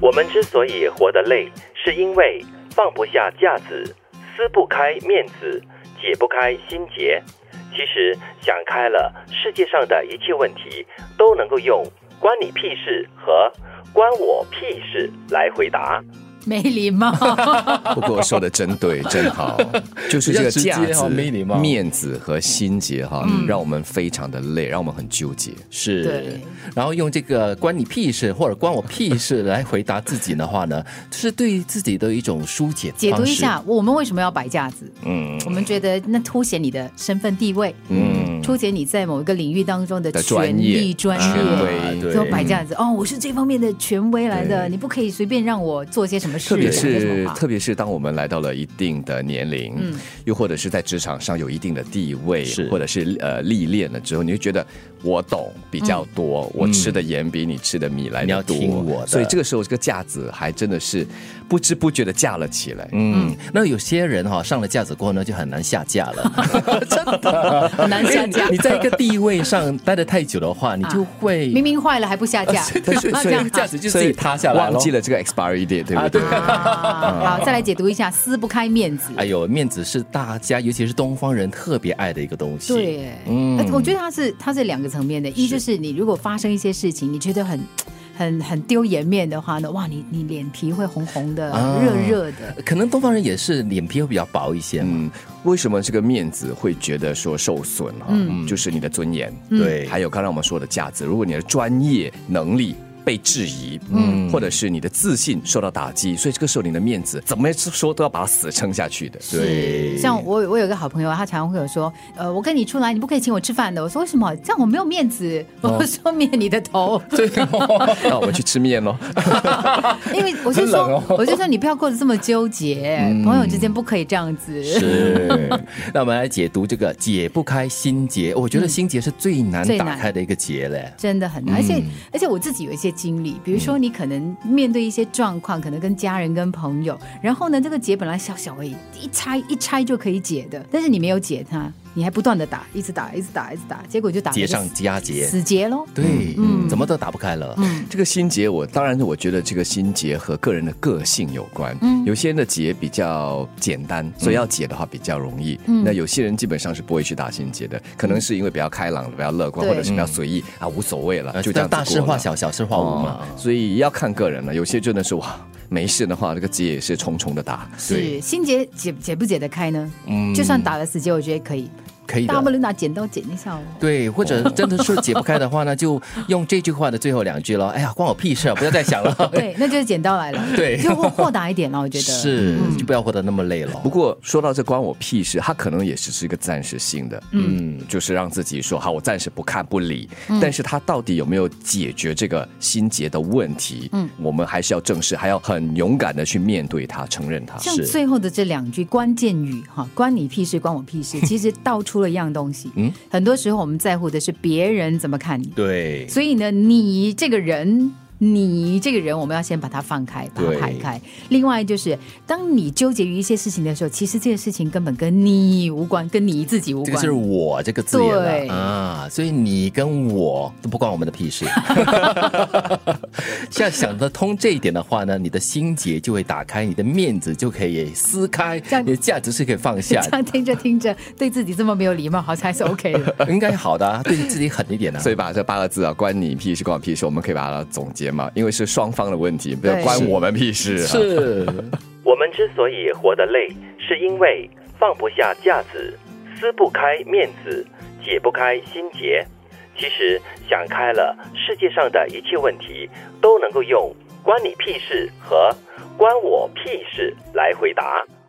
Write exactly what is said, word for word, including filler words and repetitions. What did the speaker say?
我们之所以活得累，是因为放不下架子，撕不开面子，解不开心结。其实想开了，世界上的一切问题都能够用关你屁事和关我屁事来回答。 没礼貌。 不过说的真对，真好，就是这个架子、面子和心结哈、嗯，让我们非常的累，让我们很纠结。 是，然后用这个关你屁事或者关我屁事来回答自己的话呢，是对自己的一种疏解方式。 解读一下，我们为什么要摆架子？嗯，我们觉得那凸显你的身份地位，嗯，凸显你在某一个领域当中的权力专业，对，说摆架子、嗯、哦，我是这方面的权威来的，你不可以随便让我做些什么。 特别是特别是当我们来到了一定的年龄、嗯、又或者是在职场上有一定的地位，或者是呃历练了之后，你会觉得我懂比较多、嗯、我吃的盐比你吃的米来的多、嗯、你要听我的，所以这个时候这个架子还真的是不知不觉的架了起来。 嗯，那有些人哈、哦、上了架子过后呢，就很难下架了。真的很难下架。 你在一个地位上待得太久的话，你就会、 啊、明明坏了还不下架， 这样架子就自己塌下来了， 忘记了这个 expiry date， 对不对？ 啊、好，再来解读一下撕不开面子。 哎呦，面子是大家尤其是东方人特别爱的一个东西。 对，嗯，我觉得它是它是两个层面的，一就是你如果发生一些事情，你觉得很很很丢颜面的话呢，哇，你你脸皮会红红的、啊、热热的。 可能东方人也是脸皮会比较薄一些嘛。 嗯，为什么这个面子会觉得说受损哈、嗯？就是你的尊严，对、嗯，还有刚才我们说的架子，如果你的专业能力被质疑，嗯，或者是你的自信受到打击，所以这个时候你的面子怎么说都要把它死撑下去的。 对， 像我我有个好朋友，他常常会有说，呃，我跟你出来，你不可以请我吃饭的。我说为什么？这样我没有面子。哦、我说面你的头。 对、哦，那我们去吃面咯。 因为我就说、哦，我就说你不要过得这么纠结、嗯，朋友之间不可以这样子。 是，那我们来解读这个解不开心结。我觉得心结是最难打开的一个结嘞、嗯， 真的很难。而且、嗯、而且我自己有一些经历，比如说你可能面对一些状况，可能跟家人跟朋友，然后呢这个结本来小小而已，一拆一拆就可以解的，但是你没有解它，你还不断的打，一直打一直打一直打，结果就打结上加结， 死结咯。 对、嗯、怎么都打不开了、 嗯、这个心结，我当然我觉得这个心结和个人的个性有关、嗯、有些人的结比较简单，所以要解的话比较容易、嗯、那有些人基本上是不会去打心结的，可能是因为比较开朗比较乐观，或者是比较随意、嗯、啊无所谓了，就这样子过了， 大事化小小事化无嘛、 哦，所以要看个人了。有些真的是哇，没事的话，这个结也是重重的打。 是心结解解不解得开呢？嗯，就算打了死结，我觉得可以。 可以的， 大不了拿剪刀剪一下哦。 对，或者真的是解不开的话呢，就用这句话的最后两句了。哎呀，关我屁事啊！不要再想了。 对，那就是剪刀来了。对，就豁达一点了，我觉得是、嗯，就不要活得那么累了。 不过说到这关我屁事，它可能也只是一个暂时性的，嗯，就是让自己说好，我暂时不看不理。嗯、但是它到底有没有解决这个心结的问题？嗯，我们还是要正视，还要很勇敢的去面对它，承认它。 像最后的这两句关键语哈，关你屁事，关我屁事，其实道出了一样东西。嗯，很多时候我们在乎的是别人怎么看你， 对， 所以呢，你这个人。你这个人我们要先把它放开，把它排开。另外就是当你纠结于一些事情的时候，其实这个事情根本跟你无关，跟你自己无关， 这个是我这个字眼了啊，所以你跟我都不关我们的屁事。现在想得通这一点的话呢，你的心结就会打开，你的面子就可以撕开，你的价值是可以放下。 这样听着听着对自己这么没有礼貌，好像还是 OK 的。 应该好的、啊、对自己狠一点啊。 所以把这八个字啊，关你屁事关我屁事，我们可以把它总结嘛，因为是双方的问题，不要关我们屁事、啊、 是我们之所以活得累，是因为放不下架子，撕不开面子，解不开心结。其实想开了，世界上的一切问题都能够用关你屁事和关我屁事来回答。